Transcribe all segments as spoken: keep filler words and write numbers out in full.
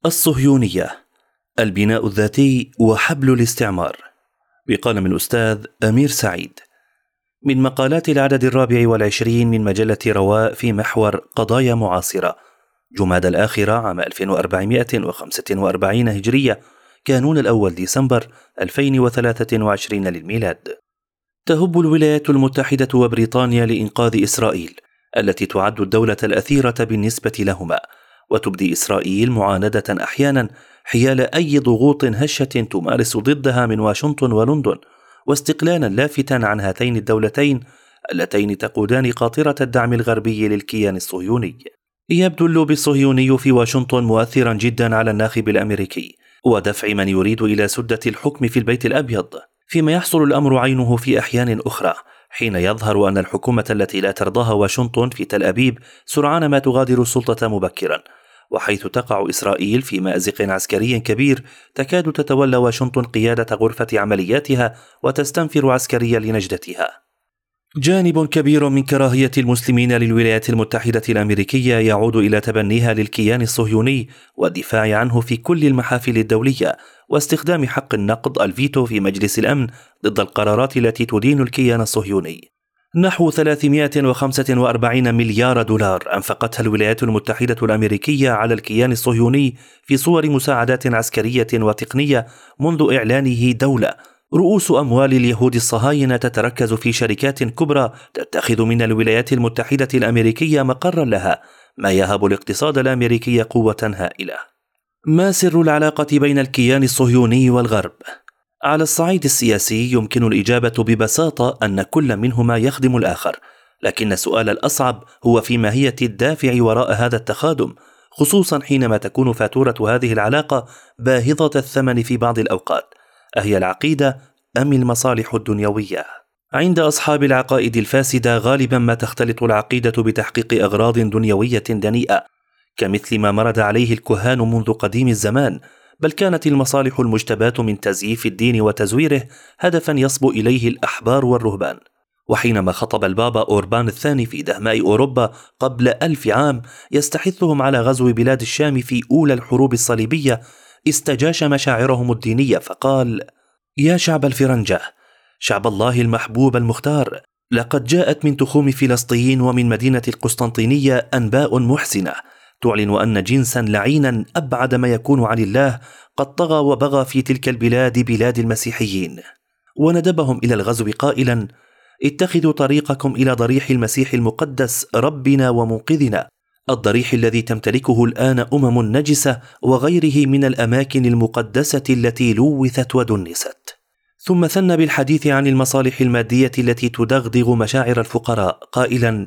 الصهيونية: البناء الذاتي وحبل الاستعمار، بقلم الأستاذ أمير سعيد، من مقالات العدد الرابع والعشرين من مجلة رواء في محور قضايا معاصرة، جمادى الآخرة عام ألف وأربعمائة وخمسة وأربعين هجرية، كانون الأول ديسمبر ألفين وثلاثة وعشرين للميلاد. تهب الولايات المتحدة وبريطانيا لإنقاذ إسرائيل التي تعد الدولة الأثيرة بالنسبة لهما، وتبدي إسرائيل معاندة أحيانا حيال أي ضغوط هشة تمارس ضدها من واشنطن ولندن، واستقلالا لافتا عن هاتين الدولتين اللتين تقودان قاطرة الدعم الغربي للكيان الصهيوني. يبدو اللوبي الصهيوني في واشنطن مؤثرا جدا على الناخب الأمريكي ودفع من يريد إلى سدة الحكم في البيت الأبيض، فيما يحصل الأمر عينه في أحيان أخرى حين يظهر أن الحكومة التي لا ترضاها واشنطن في تل أبيب سرعان ما تغادر السلطة مبكرا، وحيث تقع إسرائيل في مأزق عسكري كبير تكاد تتولى واشنطن قيادة غرفة عملياتها وتستنفر عسكريا لنجدتها. جانب كبير من كراهية المسلمين للولايات المتحدة الأمريكية يعود إلى تبنيها للكيان الصهيوني والدفاع عنه في كل المحافل الدولية، واستخدام حق النقض الفيتو في مجلس الأمن ضد القرارات التي تدين الكيان الصهيوني. نحو ثلاثمائة وخمسة وأربعين مليار دولار أنفقتها الولايات المتحدة الأمريكية على الكيان الصهيوني في صور مساعدات عسكرية وتقنية منذ إعلانه دولة. رؤوس أموال اليهود الصهاينة تتركز في شركات كبرى تتخذ من الولايات المتحدة الأمريكية مقرا لها، ما يهب الاقتصاد الأمريكي قوة هائلة. ما سر العلاقة بين الكيان الصهيوني والغرب؟ على الصعيد السياسي يمكن الإجابة ببساطة أن كل منهما يخدم الآخر، لكن السؤال الأصعب هو في ماهية الدافع وراء هذا التخادم، خصوصا حينما تكون فاتورة هذه العلاقة باهظة الثمن في بعض الأوقات. أهي العقيدة أم المصالح الدنيوية؟ عند أصحاب العقائد الفاسدة غالبا ما تختلط العقيدة بتحقيق أغراض دنيوية دنيئة، كمثل ما مرد عليه الكهان منذ قديم الزمان، بل كانت المصالح المجتباة من تزييف الدين وتزويره هدفا يصبو إليه الأحبار والرهبان. وحينما خطب البابا أوربان الثاني في دهماء أوروبا قبل ألف عام يستحثهم على غزو بلاد الشام في أولى الحروب الصليبية، استجاش مشاعرهم الدينية فقال: يا شعب الفرنجة، شعب الله المحبوب المختار، لقد جاءت من تخوم فلسطين ومن مدينة القسطنطينية أنباء محزنة تعلن أن جنسا لعينا أبعد ما يكون عن الله قد طغى وبغى في تلك البلاد، بلاد المسيحيين، وندبهم إلى الغزو قائلا: اتخذوا طريقكم إلى ضريح المسيح المقدس ربنا ومنقذنا، الضريح الذي تمتلكه الآن أمم نجسة وغيره من الأماكن المقدسة التي لوثت ودنست. ثم ثنى بالحديث عن المصالح المادية التي تدغدغ مشاعر الفقراء قائلا: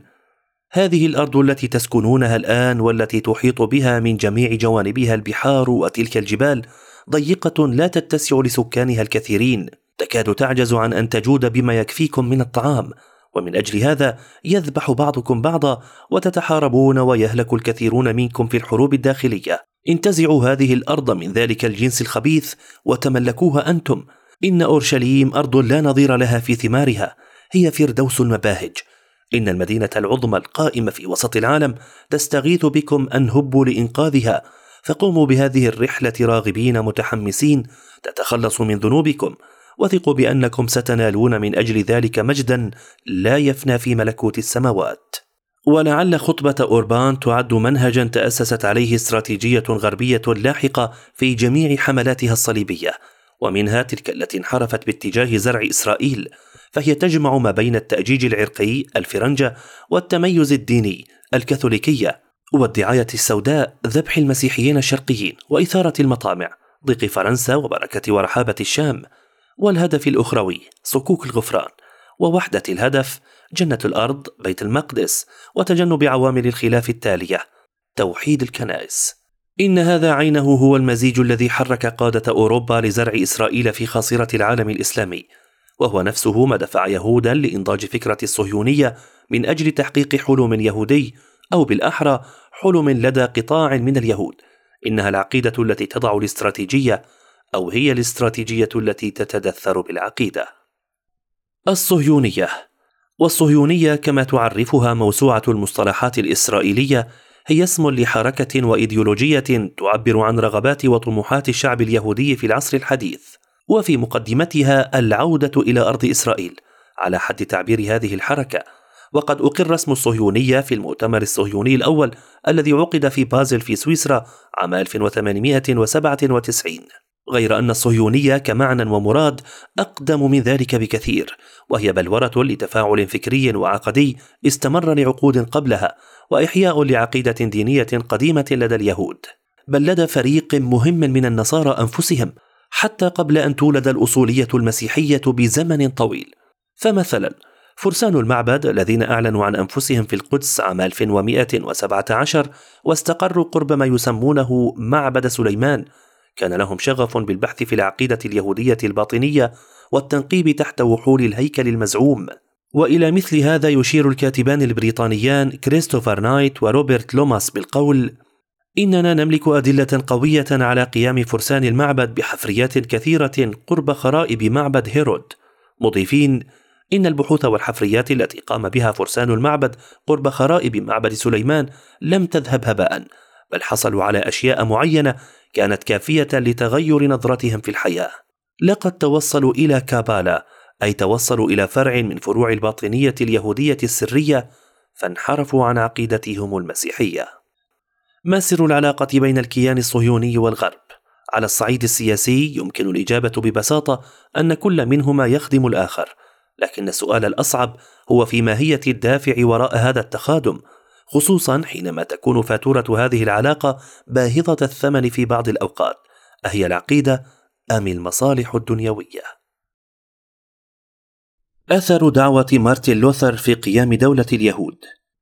هذه الأرض التي تسكنونها الآن والتي تحيط بها من جميع جوانبها البحار وتلك الجبال ضيقة لا تتسع لسكانها الكثيرين، تكاد تعجز عن أن تجود بما يكفيكم من الطعام، ومن أجل هذا يذبح بعضكم بعضا وتتحاربون ويهلك الكثيرون منكم في الحروب الداخلية. انتزعوا هذه الأرض من ذلك الجنس الخبيث وتملكوها أنتم. إن أورشليم أرض لا نظير لها في ثمارها، هي فردوس المباهج. إن المدينة العظمى القائمة في وسط العالم تستغيث بكم أن هبوا لإنقاذها، فقوموا بهذه الرحلة راغبين متحمسين تتخلصوا من ذنوبكم، وثقوا بأنكم ستنالون من أجل ذلك مجدا لا يفنى في ملكوت السماوات. ولعل خطبة أوربان تعد منهجا تأسست عليه استراتيجية غربية لاحقة في جميع حملاتها الصليبية، ومنها تلك التي انحرفت باتجاه زرع إسرائيل، فهي تجمع ما بين التأجيج العرقي الفرنجة والتميز الديني الكاثوليكية، والدعاية السوداء ذبح المسيحيين الشرقيين، وإثارة المطامع ضيق فرنسا وبركة ورحابة الشام، والهدف الأخروي صكوك الغفران، ووحدة الهدف جنة الأرض بيت المقدس، وتجنب عوامل الخلاف التالية توحيد الكنائس. إن هذا عينه هو المزيج الذي حرك قادة أوروبا لزرع إسرائيل في خاصرة العالم الإسلامي، وهو نفسه ما دفع يهودا لإنضاج فكرة الصهيونية من أجل تحقيق حلم يهودي، أو بالأحرى حلم لدى قطاع من اليهود. إنها العقيدة التي تضع الاستراتيجية، أو هي الاستراتيجية التي تتدثر بالعقيدة. الصهيونية. والصهيونية كما تعرفها موسوعة المصطلحات الإسرائيلية هي اسم لحركة وإيديولوجية تعبر عن رغبات وطموحات الشعب اليهودي في العصر الحديث، وفي مقدمتها العودة إلى أرض إسرائيل على حد تعبير هذه الحركة. وقد أقر اسم الصهيونية في المؤتمر الصهيوني الأول الذي عقد في بازل في سويسرا عام ألف وثمانمائة وسبعة وتسعين، غير أن الصهيونية كمعنى ومراد أقدم من ذلك بكثير، وهي بلورة لتفاعل فكري وعقدي استمر لعقود قبلها، وإحياء لعقيدة دينية قديمة لدى اليهود، بل لدى فريق مهم من النصارى أنفسهم حتى قبل أن تولد الأصولية المسيحية بزمن طويل. فمثلا فرسان المعبد الذين أعلنوا عن أنفسهم في القدس عام ألف ومائة وسبعة عشر واستقروا قرب ما يسمونه معبد سليمان، كان لهم شغف بالبحث في العقيدة اليهودية الباطنية والتنقيب تحت وحول الهيكل المزعوم. وإلى مثل هذا يشير الكاتبان البريطانيان كريستوفر نايت وروبرت لوماس بالقول: إننا نملك أدلة قوية على قيام فرسان المعبد بحفريات كثيرة قرب خرائب معبد هيرود، مضيفين: إن البحوث والحفريات التي قام بها فرسان المعبد قرب خرائب معبد سليمان لم تذهب هباء، بل حصلوا على أشياء معينة كانت كافية لتغير نظرتهم في الحياة. لقد توصلوا إلى كابالا، أي توصلوا إلى فرع من فروع الباطنية اليهودية السرية، فانحرفوا عن عقيدتهم المسيحية. ما سر العلاقة بين الكيان الصهيوني والغرب؟ على الصعيد السياسي يمكن الإجابة ببساطة أن كل منهما يخدم الآخر، لكن السؤال الأصعب هو في ماهية الدافع وراء هذا التخادم، خصوصا حينما تكون فاتورة هذه العلاقة باهظة الثمن في بعض الأوقات، أهي العقيدة أم المصالح الدنيوية؟ أثر دعوة مارتن لوثر في قيام دولة اليهود.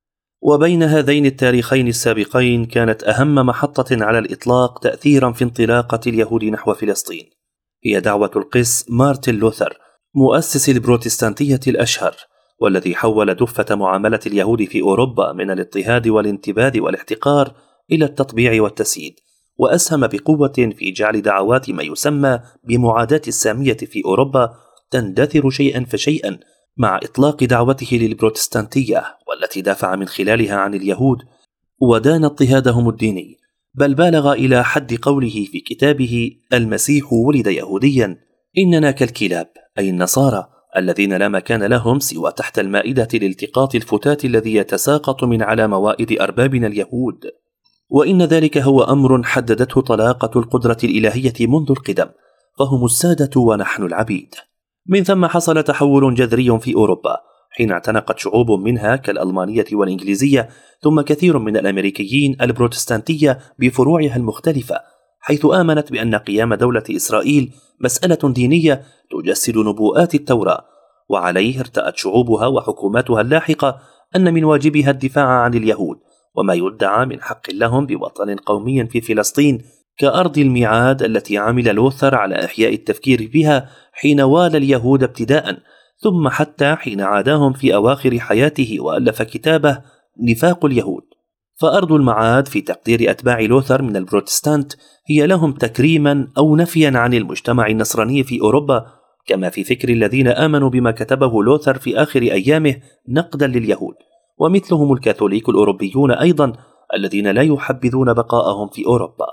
وبين هذين التاريخين السابقين كانت أهم محطة على الإطلاق تأثيرا في انطلاقة اليهود نحو فلسطين هي دعوة القس مارتن لوثر، مؤسس البروتستانتية الأشهر، والذي حول دفة معاملة اليهود في أوروبا من الاضطهاد والانتباذ والاحتقار إلى التطبيع والتسييد، وأسهم بقوة في جعل دعوات ما يسمى بمعاداة السامية في أوروبا تندثر شيئا فشيئا مع إطلاق دعوته للبروتستانتية، والتي دافع من خلالها عن اليهود ودان اضطهادهم الديني، بل بالغ إلى حد قوله في كتابه المسيح ولد يهوديا: إننا كالكلاب، أي النصارى الذين لا مكان لهم سوى تحت المائدة لالتقاط الفتات الذي يتساقط من على موائد أربابنا اليهود. وإن ذلك هو أمر حددته طلاقة القدرة الإلهية منذ القدم، فهم السادة ونحن العبيد. من ثم حصل تحول جذري في أوروبا حين اعتنقت شعوب منها كالألمانية والإنجليزية ثم كثير من الأمريكيين البروتستانتية بفروعها المختلفة، حيث آمنت بأن قيام دولة إسرائيل مسألة دينية تجسد نبوءات التوراة، وعليه ارتأت شعوبها وحكوماتها اللاحقة أن من واجبها الدفاع عن اليهود وما يدعى من حق لهم بوطن قومي في فلسطين كأرض الميعاد التي عمل لوثر على إحياء التفكير بها حين والى اليهود ابتداء، ثم حتى حين عاداهم في أواخر حياته وألف كتابه نفاق اليهود. فأرض المعاد في تقدير أتباع لوثر من البروتستانت هي لهم تكريما أو نفيا عن المجتمع النصراني في أوروبا، كما في فكر الذين آمنوا بما كتبه لوثر في آخر أيامه نقدا لليهود، ومثلهم الكاثوليك الأوروبيون أيضا الذين لا يحبذون بقاءهم في أوروبا.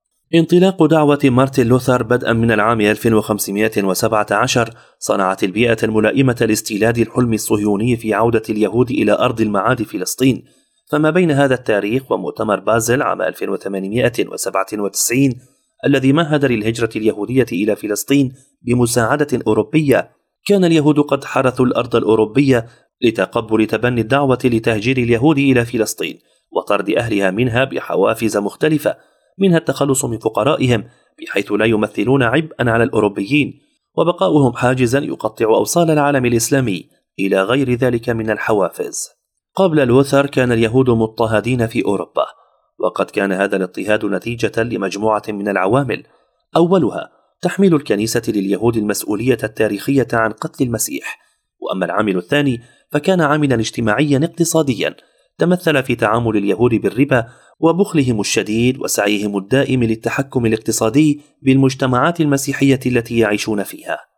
انطلاق دعوة مارتن لوثر بدءا من العام ألف وخمسمائة وسبعة عشر صنعت البيئة الملائمة لاستيلاد الحلم الصهيوني في عودة اليهود إلى أرض المعاد فلسطين. فما بين هذا التاريخ ومؤتمر بازل عام ألف وثمانمائة وسبعة وتسعين الذي مهد للهجرة اليهودية إلى فلسطين بمساعدة أوروبية، كان اليهود قد حرثوا الأرض الأوروبية لتقبل تبني الدعوة لتهجير اليهود إلى فلسطين وطرد أهلها منها بحوافز مختلفة، منها التخلص من فقرائهم بحيث لا يمثلون عبئا على الأوروبيين، وبقاؤهم حاجزا يقطع أوصال العالم الإسلامي، إلى غير ذلك من الحوافز. قبل لوثر كان اليهود مضطهدين في أوروبا، وقد كان هذا الاضطهاد نتيجة لمجموعة من العوامل، أولها تحميل الكنيسة لليهود المسؤولية التاريخية عن قتل المسيح، وأما العامل الثاني فكان عاملا اجتماعيا اقتصاديا تمثل في تعامل اليهود بالربا وبخلهم الشديد وسعيهم الدائم للتحكم الاقتصادي بالمجتمعات المسيحية التي يعيشون فيها.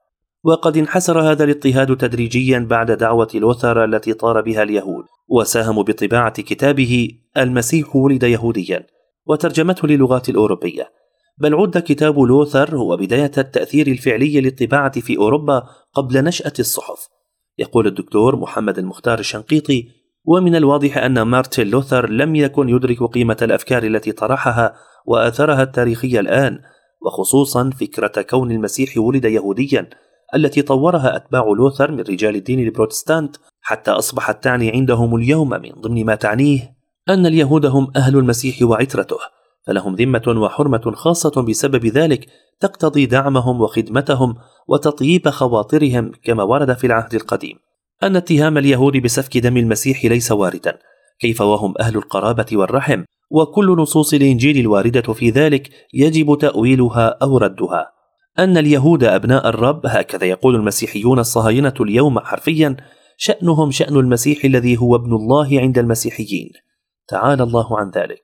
وقد انحسر هذا الاضطهاد تدريجيا بعد دعوة لوثر التي طار بها اليهود، وساهموا بطباعة كتابه المسيح ولد يهوديا وترجمته للغات الأوروبية. بل عد كتاب لوثر هو بداية التأثير الفعلي للطباعة في أوروبا قبل نشأة الصحف. يقول الدكتور محمد المختار الشنقيطي: ومن الواضح أن مارتن لوثر لم يكن يدرك قيمة الأفكار التي طرحها وآثرها التاريخي الآن، وخصوصا فكرة كون المسيح ولد يهوديا التي طورها أتباع لوثر من رجال الدين البروتستانت، حتى أصبحت تعني عندهم اليوم من ضمن ما تعنيه أن اليهود هم أهل المسيح وعترته، فلهم ذمة وحرمة خاصة بسبب ذلك تقتضي دعمهم وخدمتهم وتطييب خواطرهم، كما ورد في العهد القديم أن اتهام اليهود بسفك دم المسيح ليس واردا، كيف وهم أهل القرابة والرحم، وكل نصوص الإنجيل الواردة في ذلك يجب تأويلها أو ردها. أن اليهود أبناء الرب، هكذا يقول المسيحيون الصهاينة اليوم حرفيا، شأنهم شأن المسيح الذي هو ابن الله عند المسيحيين، تعالى الله عن ذلك.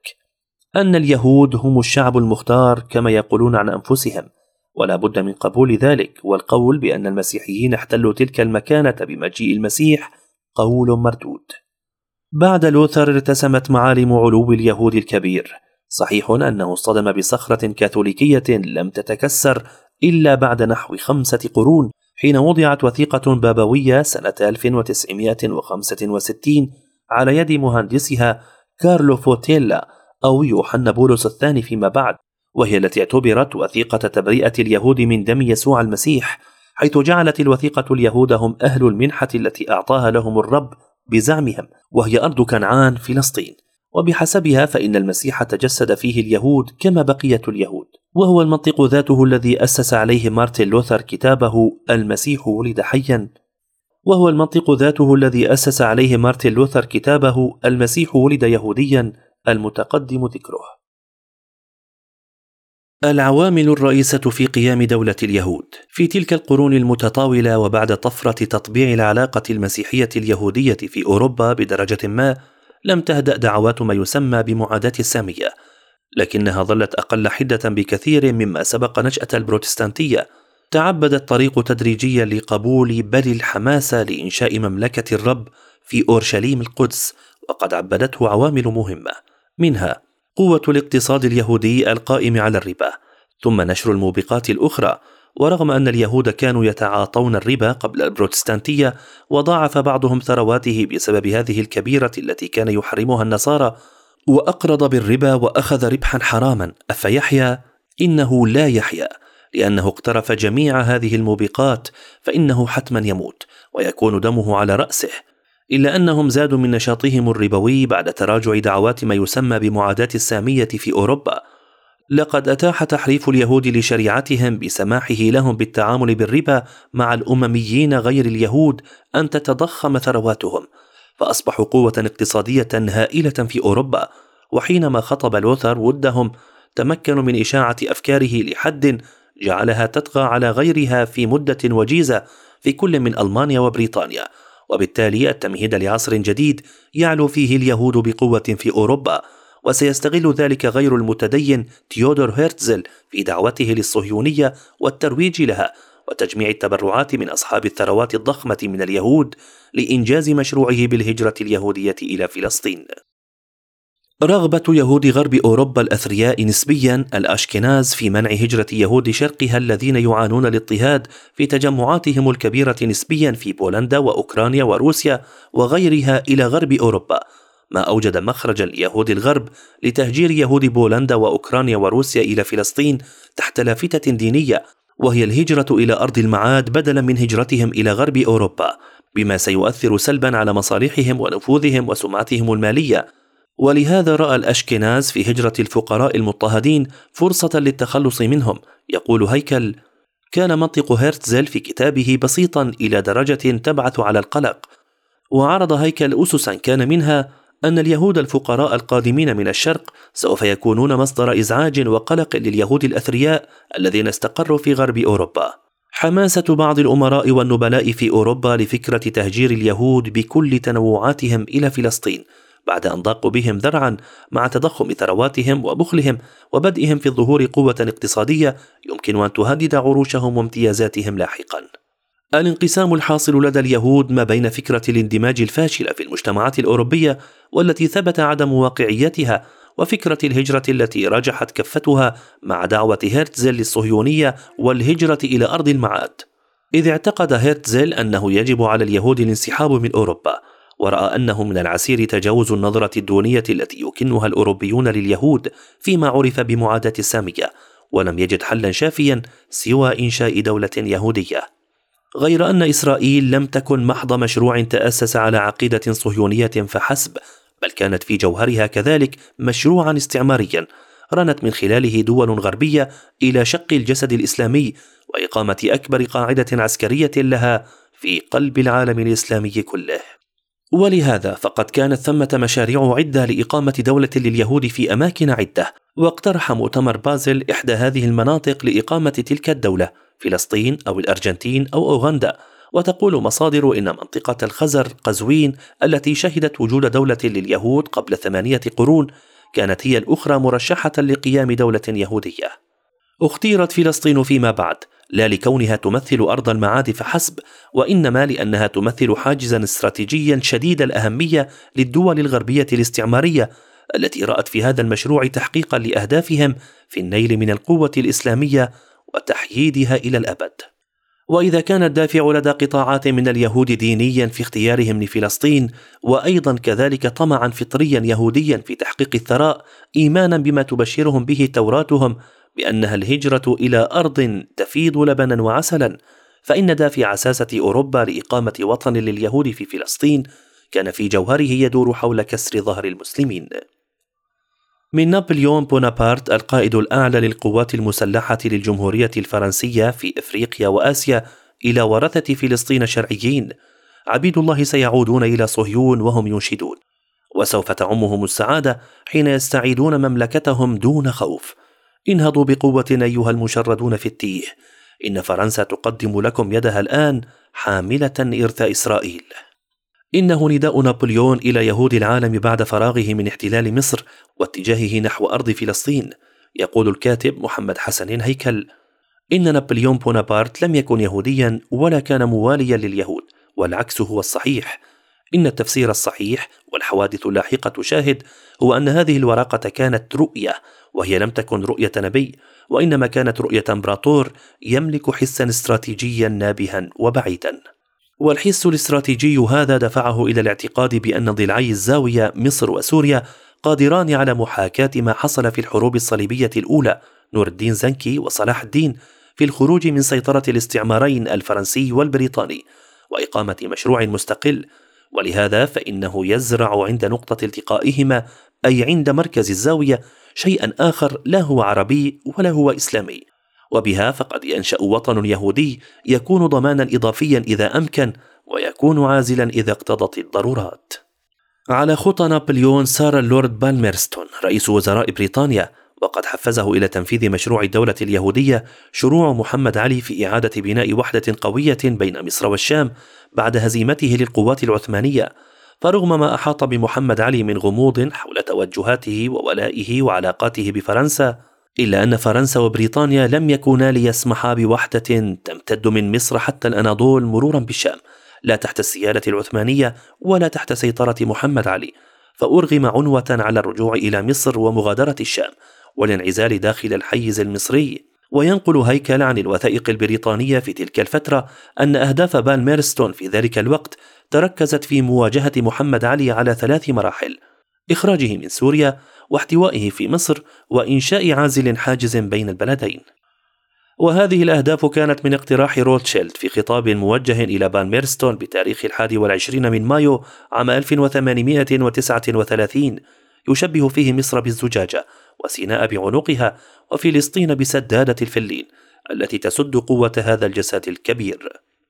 أن اليهود هم الشعب المختار كما يقولون عن أنفسهم، ولا بد من قبول ذلك، والقول بأن المسيحيين احتلوا تلك المكانة بمجيء المسيح قول مردود. بعد لوثر ارتسمت معالم علو اليهود الكبير. صحيح أنه اصطدم بصخرة كاثوليكية لم تتكسر إلا بعد نحو خمسة قرون، حين وضعت وثيقة بابوية سنة ألف وتسعمائة وخمسة وستين على يد مهندسها كارلو فوتيلا أو يوحنا بولس الثاني فيما بعد، وهي التي اعتبرت وثيقة تبرئة اليهود من دم يسوع المسيح، حيث جعلت الوثيقة اليهود هم أهل المنحة التي أعطاها لهم الرب بزعمهم، وهي أرض كنعان فلسطين، وبحسبها فإن المسيح تجسد فيه اليهود كما بقية اليهود، وهو المنطق ذاته الذي أسس عليه مارتن لوثر كتابه المسيح ولد حيا وهو المنطق ذاته الذي أسس عليه مارتن لوثر كتابه المسيح ولد يهوديا المتقدم ذكره. العوامل الرئيسة في قيام دولة اليهود في تلك القرون المتطاولة، وبعد طفرة تطبيع العلاقة المسيحية اليهودية في أوروبا بدرجة ما، لم تهدأ دعوات ما يسمى بمعاداة السامية، لكنها ظلت أقل حدة بكثير مما سبق نشأة البروتستانتية. تعبد الطريق تدريجيا لقبول بل الحماسة لإنشاء مملكة الرب في أورشليم القدس، وقد عبدته عوامل مهمة، منها قوة الاقتصاد اليهودي القائم على الربا، ثم نشر الموبقات الأخرى. ورغم أن اليهود كانوا يتعاطون الربا قبل البروتستانتية، وضاعف بعضهم ثرواته بسبب هذه الكبيرة التي كان يحرمها النصارى، وأقرض بالربا وأخذ ربحا حراما، أفيحيا؟ إنه لا يحيا، لأنه اقترف جميع هذه الموبقات فإنه حتما يموت ويكون دمه على رأسه. إلا أنهم زادوا من نشاطهم الربوي بعد تراجع دعوات ما يسمى بمعاداة السامية في أوروبا. لقد أتاح تحريف اليهود لشريعتهم بسماحه لهم بالتعامل بالربا مع الأمميين غير اليهود أن تتضخم ثرواتهم، فأصبحوا قوة اقتصادية هائلة في أوروبا. وحينما خطب لوثر ودهم تمكنوا من إشاعة أفكاره لحد جعلها تطغى على غيرها في مدة وجيزة في كل من ألمانيا وبريطانيا، وبالتالي التمهيد لعصر جديد يعلو فيه اليهود بقوة في أوروبا. وسيستغل ذلك غير المتدين تيودور هيرتزل في دعوته للصهيونية والترويج لها وتجميع التبرعات من أصحاب الثروات الضخمة من اليهود لإنجاز مشروعه بالهجرة اليهودية إلى فلسطين. رغبة يهود غرب أوروبا الأثرياء نسبيا الأشكناز في منع هجرة يهود شرقها الذين يعانون الاضطهاد في تجمعاتهم الكبيرة نسبيا في بولندا وأوكرانيا وروسيا وغيرها إلى غرب أوروبا، ما أوجد مخرجا ليهود الغرب لتهجير يهود بولندا وأوكرانيا وروسيا إلى فلسطين تحت لافتة دينية، وهي الهجرة إلى أرض المعاد بدلا من هجرتهم إلى غرب أوروبا، بما سيؤثر سلبا على مصالحهم ونفوذهم وسمعتهم المالية. ولهذا رأى الأشكناز في هجرة الفقراء المضطهدين فرصة للتخلص منهم. يقول هيكل: كان منطق هيرتزل في كتابه بسيطا إلى درجة تبعث على القلق. وعرض هيكل أسسا كان منها أن اليهود الفقراء القادمين من الشرق سوف يكونون مصدر إزعاج وقلق لليهود الأثرياء الذين استقروا في غرب أوروبا. حماسة بعض الأمراء والنبلاء في أوروبا لفكرة تهجير اليهود بكل تنوعاتهم إلى فلسطين بعد أن ضاقوا بهم ذرعا مع تضخم ثرواتهم وبخلهم وبدئهم في الظهور قوة اقتصادية يمكن أن تهدد عروشهم وامتيازاتهم لاحقا. الانقسام الحاصل لدى اليهود ما بين فكرة الاندماج الفاشلة في المجتمعات الأوروبية والتي ثبت عدم واقعيتها، وفكرة الهجرة التي رجحت كفتها مع دعوة هرتزل للصهيونية والهجرة إلى أرض المعاد. إذ اعتقد هرتزل أنه يجب على اليهود الانسحاب من أوروبا، ورأى أنه من العسير تجاوز النظرة الدونية التي يكنها الأوروبيون لليهود فيما عرف بمعاداة السامية، ولم يجد حلا شافيا سوى إنشاء دولة يهودية. غير أن إسرائيل لم تكن محض مشروع تأسس على عقيدة صهيونية فحسب، بل كانت في جوهرها كذلك مشروعا استعماريا رنت من خلاله دول غربية إلى شق الجسد الإسلامي وإقامة أكبر قاعدة عسكرية لها في قلب العالم الإسلامي كله. ولهذا فقد كانت ثمة مشاريع عدة لإقامة دولة لليهود في أماكن عدة، واقترح مؤتمر بازل إحدى هذه المناطق لإقامة تلك الدولة، فلسطين أو الأرجنتين أو أوغندا. وتقول مصادر إن منطقة الخزر قزوين التي شهدت وجود دولة لليهود قبل ثمانية قرون كانت هي الأخرى مرشحة لقيام دولة يهودية. اختيرت فلسطين فيما بعد لا لكونها تمثل أرض المعاد فحسب، وإنما لأنها تمثل حاجزا استراتيجيا شديد الأهمية للدول الغربية الاستعمارية التي رأت في هذا المشروع تحقيقا لأهدافهم في النيل من القوة الإسلامية وتحييدها إلى الأبد. وإذا كان الدافع لدى قطاعات من اليهود دينيا في اختيارهم لفلسطين، وأيضا كذلك طمعا فطريا يهوديا في تحقيق الثراء، إيمانا بما تبشرهم به توراتهم بأنها الهجرة إلى أرض تفيض لبنا وعسلا، فإن دافع ساسة أوروبا لإقامة وطن لليهود في فلسطين كان في جوهره يدور حول كسر ظهر المسلمين. من نابليون بونابرت القائد الأعلى للقوات المسلحة للجمهورية الفرنسية في إفريقيا وآسيا إلى ورثة فلسطين شرعيين، عبيد الله سيعودون إلى صهيون وهم ينشدون: وسوف تعمهم السعادة حين يستعيدون مملكتهم دون خوف. انهضوا بقوة أيها المشردون في التيه، إن فرنسا تقدم لكم يدها الآن حاملة إرث إسرائيل. إنه نداء نابليون إلى يهود العالم بعد فراغه من احتلال مصر واتجاهه نحو أرض فلسطين. يقول الكاتب محمد حسن هيكل: إن نابليون بونابرت لم يكن يهوديا ولا كان مواليا لليهود، والعكس هو الصحيح. إن التفسير الصحيح والحوادث اللاحقة شاهد هو أن هذه الورقة كانت رؤية، وهي لم تكن رؤية نبي، وإنما كانت رؤية إمبراطور يملك حسا استراتيجيا نابها وبعيدا. والحس الاستراتيجي هذا دفعه إلى الاعتقاد بأن ضلعي الزاوية مصر وسوريا قادران على محاكاة ما حصل في الحروب الصليبية الأولى، نور الدين زنكي وصلاح الدين، في الخروج من سيطرة الاستعمارين الفرنسي والبريطاني وإقامة مشروع مستقل. ولهذا فإنه يزرع عند نقطة التقائهما، أي عند مركز الزاوية، شيئا آخر لا هو عربي ولا هو إسلامي، وبها فقد ينشأ وطن يهودي يكون ضمانا إضافيا إذا أمكن، ويكون عازلا إذا اقتضت الضرورات. على خطى نابليون سار اللورد بالميرستون رئيس وزراء بريطانيا، وقد حفزه إلى تنفيذ مشروع الدولة اليهودية شروع محمد علي في إعادة بناء وحدة قوية بين مصر والشام بعد هزيمته للقوات العثمانية. فرغم ما أحاط بمحمد علي من غموض حول توجهاته وولائه وعلاقاته بفرنسا، إلا أن فرنسا وبريطانيا لم يكونا ليسمحا بوحدة تمتد من مصر حتى الأناضول مرورا بالشام، لا تحت السيادة العثمانية ولا تحت سيطرة محمد علي، فأرغم عنوة على الرجوع إلى مصر ومغادرة الشام والانعزال داخل الحيز المصري. وينقل هيكل عن الوثائق البريطانية في تلك الفترة أن أهداف بالميرستون في ذلك الوقت تركزت في مواجهة محمد علي على ثلاث مراحل: إخراجه من سوريا، واحتوائه في مصر، وإنشاء عازل حاجز بين البلدين. وهذه الأهداف كانت من اقتراح روتشيلد في خطاب موجه إلى بالميرستون بتاريخ الحادي والعشرين من مايو عام ألف وثمانمائة وتسعة وثلاثين، يشبه فيه مصر بالزجاجة، وسيناء بعنقها، وفلسطين بسدادة الفلين التي تسد قوة هذا الجسد الكبير.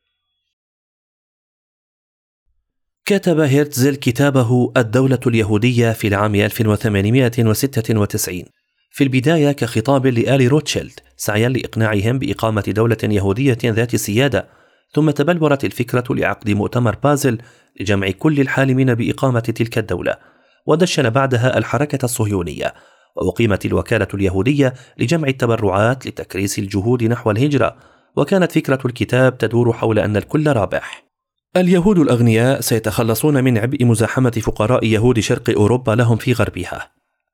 كتب هيرتزل كتابه الدولة اليهودية في العام ألف وثمانمائة وستة وتسعين في البداية كخطاب لآل روتشيلد سعيا لإقناعهم بإقامة دولة يهودية ذات سيادة، ثم تبلورت الفكرة لعقد مؤتمر بازل لجمع كل الحالمين بإقامة تلك الدولة، ودشن بعدها الحركة الصهيونية، وأقيمت الوكالة اليهودية لجمع التبرعات لتكريس الجهود نحو الهجرة، وكانت فكرة الكتاب تدور حول أن الكل رابح. اليهود الأغنياء سيتخلصون من عبء مزاحمة فقراء يهود شرق أوروبا لهم في غربها.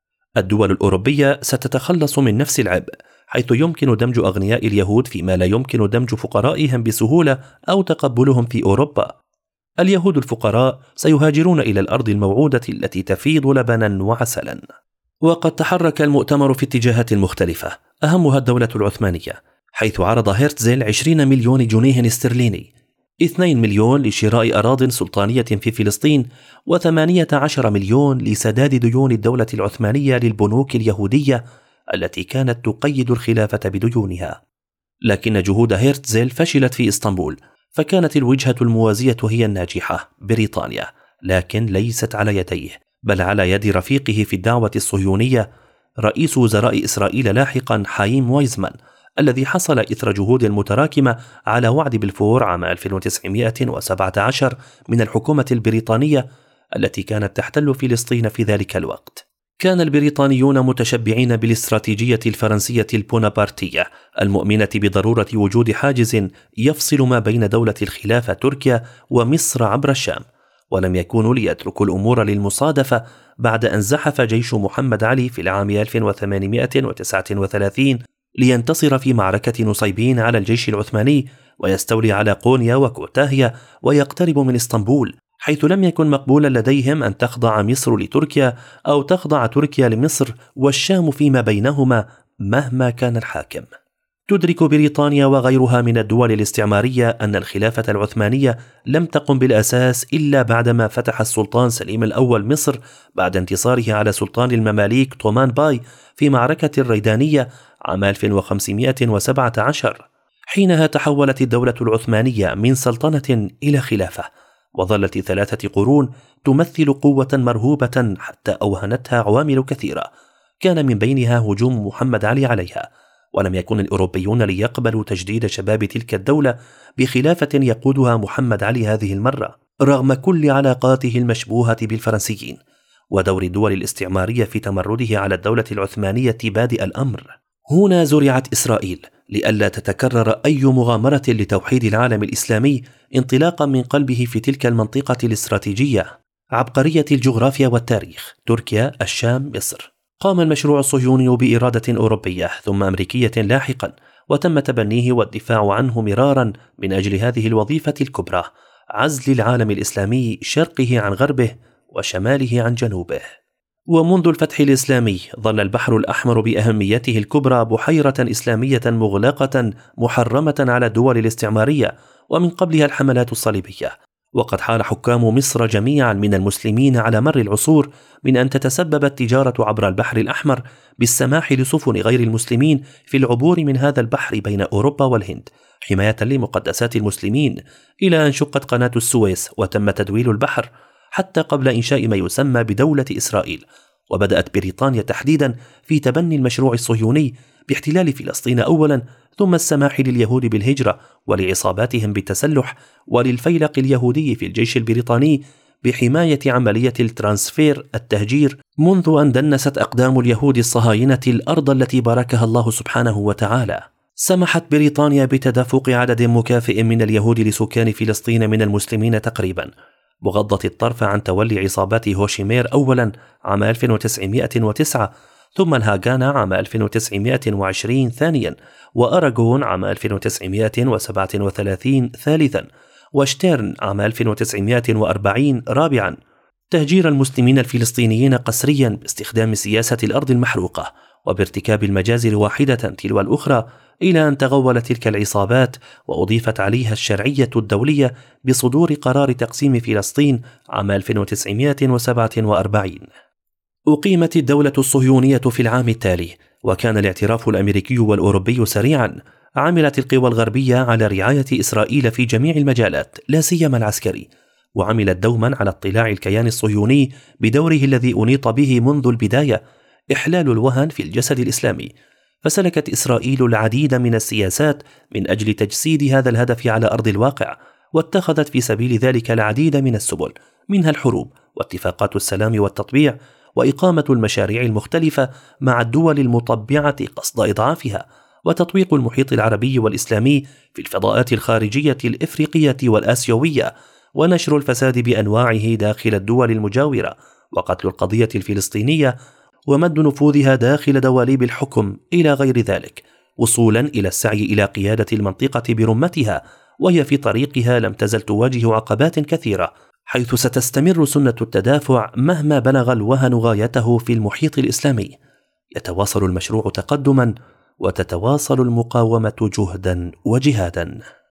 الدول الأوروبية ستتخلص من نفس العبء، حيث يمكن دمج أغنياء اليهود فيما لا يمكن دمج فقرائهم بسهولة أو تقبلهم في أوروبا. اليهود الفقراء سيهاجرون إلى الأرض الموعودة التي تفيض لبنا وعسلا. وقد تحرك المؤتمر في اتجاهات مختلفة، أهمها الدولة العثمانية، حيث عرض هيرتزل عشرين مليون جنيه استرليني، اثنين مليون لشراء أراضٍ سلطانية في فلسطين، وثمانية عشر مليون لسداد ديون الدولة العثمانية للبنوك اليهودية التي كانت تقيد الخلافة بديونها. لكن جهود هيرتزل فشلت في إسطنبول، فكانت الوجهة الموازية هي الناجحة، بريطانيا، لكن ليست على يديه، بل على يد رفيقه في الدعوة الصهيونية، رئيس وزراء إسرائيل لاحقا حايم وايزمان، الذي حصل إثر جهود المتراكمة على وعد بلفور عام ألف وتسعمائة وسبعة عشر من الحكومة البريطانية التي كانت تحتل فلسطين في ذلك الوقت. كان البريطانيون متشبعين بالاستراتيجية الفرنسية البونابرتية المؤمنة بضرورة وجود حاجز يفصل ما بين دولة الخلافة تركيا ومصر عبر الشام، ولم يكونوا ليتركوا الأمور للمصادفة بعد أن زحف جيش محمد علي في العام ألف وثمانمائة وتسعة وثلاثين لينتصر في معركة نصيبين على الجيش العثماني ويستولي على قونيا وكوتاهيا ويقترب من اسطنبول، حيث لم يكن مقبولا لديهم أن تخضع مصر لتركيا أو تخضع تركيا لمصر، والشام فيما بينهما مهما كان الحاكم. تدرك بريطانيا وغيرها من الدول الاستعمارية أن الخلافة العثمانية لم تقم بالأساس إلا بعدما فتح السلطان سليم الأول مصر بعد انتصاره على سلطان المماليك طومان باي في معركة الريدانية عام ألف وخمسمائة وسبعة عشر. حينها تحولت الدولة العثمانية من سلطنة إلى خلافة، وظلت ثلاثة قرون تمثل قوة مرهوبة حتى أوهنتها عوامل كثيرة، كان من بينها هجوم محمد علي عليها، ولم يكن الأوروبيون ليقبلوا تجديد شباب تلك الدولة بخلافة يقودها محمد علي هذه المرة، رغم كل علاقاته المشبوهة بالفرنسيين ودور الدول الاستعمارية في تمرده على الدولة العثمانية بادئ الأمر. هنا زرعت إسرائيل لئلا تتكرر أي مغامرة لتوحيد العالم الإسلامي انطلاقا من قلبه في تلك المنطقة الاستراتيجية عبقرية الجغرافيا والتاريخ، تركيا، الشام، مصر. قام المشروع الصهيوني بإرادة أوروبية ثم أمريكية لاحقا، وتم تبنيه والدفاع عنه مرارا من أجل هذه الوظيفة الكبرى، عزل العالم الإسلامي شرقه عن غربه وشماله عن جنوبه. ومنذ الفتح الإسلامي ظل البحر الأحمر بأهميته الكبرى بحيرة إسلامية مغلقة محرمة على الدول الاستعمارية، ومن قبلها الحملات الصليبية. وقد حال حكام مصر جميعا من المسلمين على مر العصور من أن تتسبب التجارة عبر البحر الأحمر بالسماح لسفن غير المسلمين في العبور من هذا البحر بين أوروبا والهند حماية لمقدسات المسلمين، إلى أن شقت قناة السويس وتم تدويل البحر حتى قبل إنشاء ما يسمى بدولة إسرائيل. وبدأت بريطانيا تحديدا في تبني المشروع الصهيوني باحتلال فلسطين أولا، ثم السماح لليهود بالهجرة ولعصاباتهم بالتسلح، وللفيلق اليهودي في الجيش البريطاني بحماية عملية الترانسفير التهجير، منذ أن دنست أقدام اليهود الصهاينة الأرض التي باركها الله سبحانه وتعالى. سمحت بريطانيا بتدفق عدد مكافئ من اليهود لسكان فلسطين من المسلمين تقريبا، بغض الطرف عن تولي عصابات هوشيمير أولا عام ألف وتسعمائة وتسعة، ثم الهاغانا عام ألف وتسعمائة وعشرين ثانيا، وأراغون عام ألف وتسعمائة وسبعة وثلاثين ثالثا، وشتيرن عام ألف وتسعمائة وأربعين رابعا. تهجير المسلمين الفلسطينيين قسريا باستخدام سياسة الأرض المحروقة وبارتكاب المجازر واحدة تلو الأخرى، إلى أن تغولت تلك العصابات وأضيفت عليها الشرعية الدولية بصدور قرار تقسيم فلسطين عام ألف وتسعمائة وسبعة وأربعين. أقيمت الدولة الصهيونية في العام التالي، وكان الاعتراف الأمريكي والأوروبي سريعا. عملت القوى الغربية على رعاية إسرائيل في جميع المجالات لا سيما العسكري، وعملت دوما على اطلاع الكيان الصهيوني بدوره الذي أنيط به منذ البداية، إحلال الوهن في الجسد الإسلامي. فسلكت إسرائيل العديد من السياسات من أجل تجسيد هذا الهدف على أرض الواقع، واتخذت في سبيل ذلك العديد من السبل، منها الحروب واتفاقات السلام وإقامة المشاريع المختلفة مع الدول المطبعة قصد إضعافها، وتطويق المحيط العربي والإسلامي في الفضاءات الخارجية الإفريقية والآسيوية، ونشر الفساد بأنواعه داخل الدول المجاورة، وقتل القضية الفلسطينية، ومد نفوذها داخل دواليب الحكم إلى غير ذلك، وصولا إلى السعي إلى قيادة المنطقة برمتها، وهي في طريقها لم تزل تواجه عقبات كثيرة، حيث ستستمر سنة التدافع مهما بلغ الوهن غايته في المحيط الإسلامي. يتواصل المشروع تقدما، وتتواصل المقاومة جهدا وجهادا.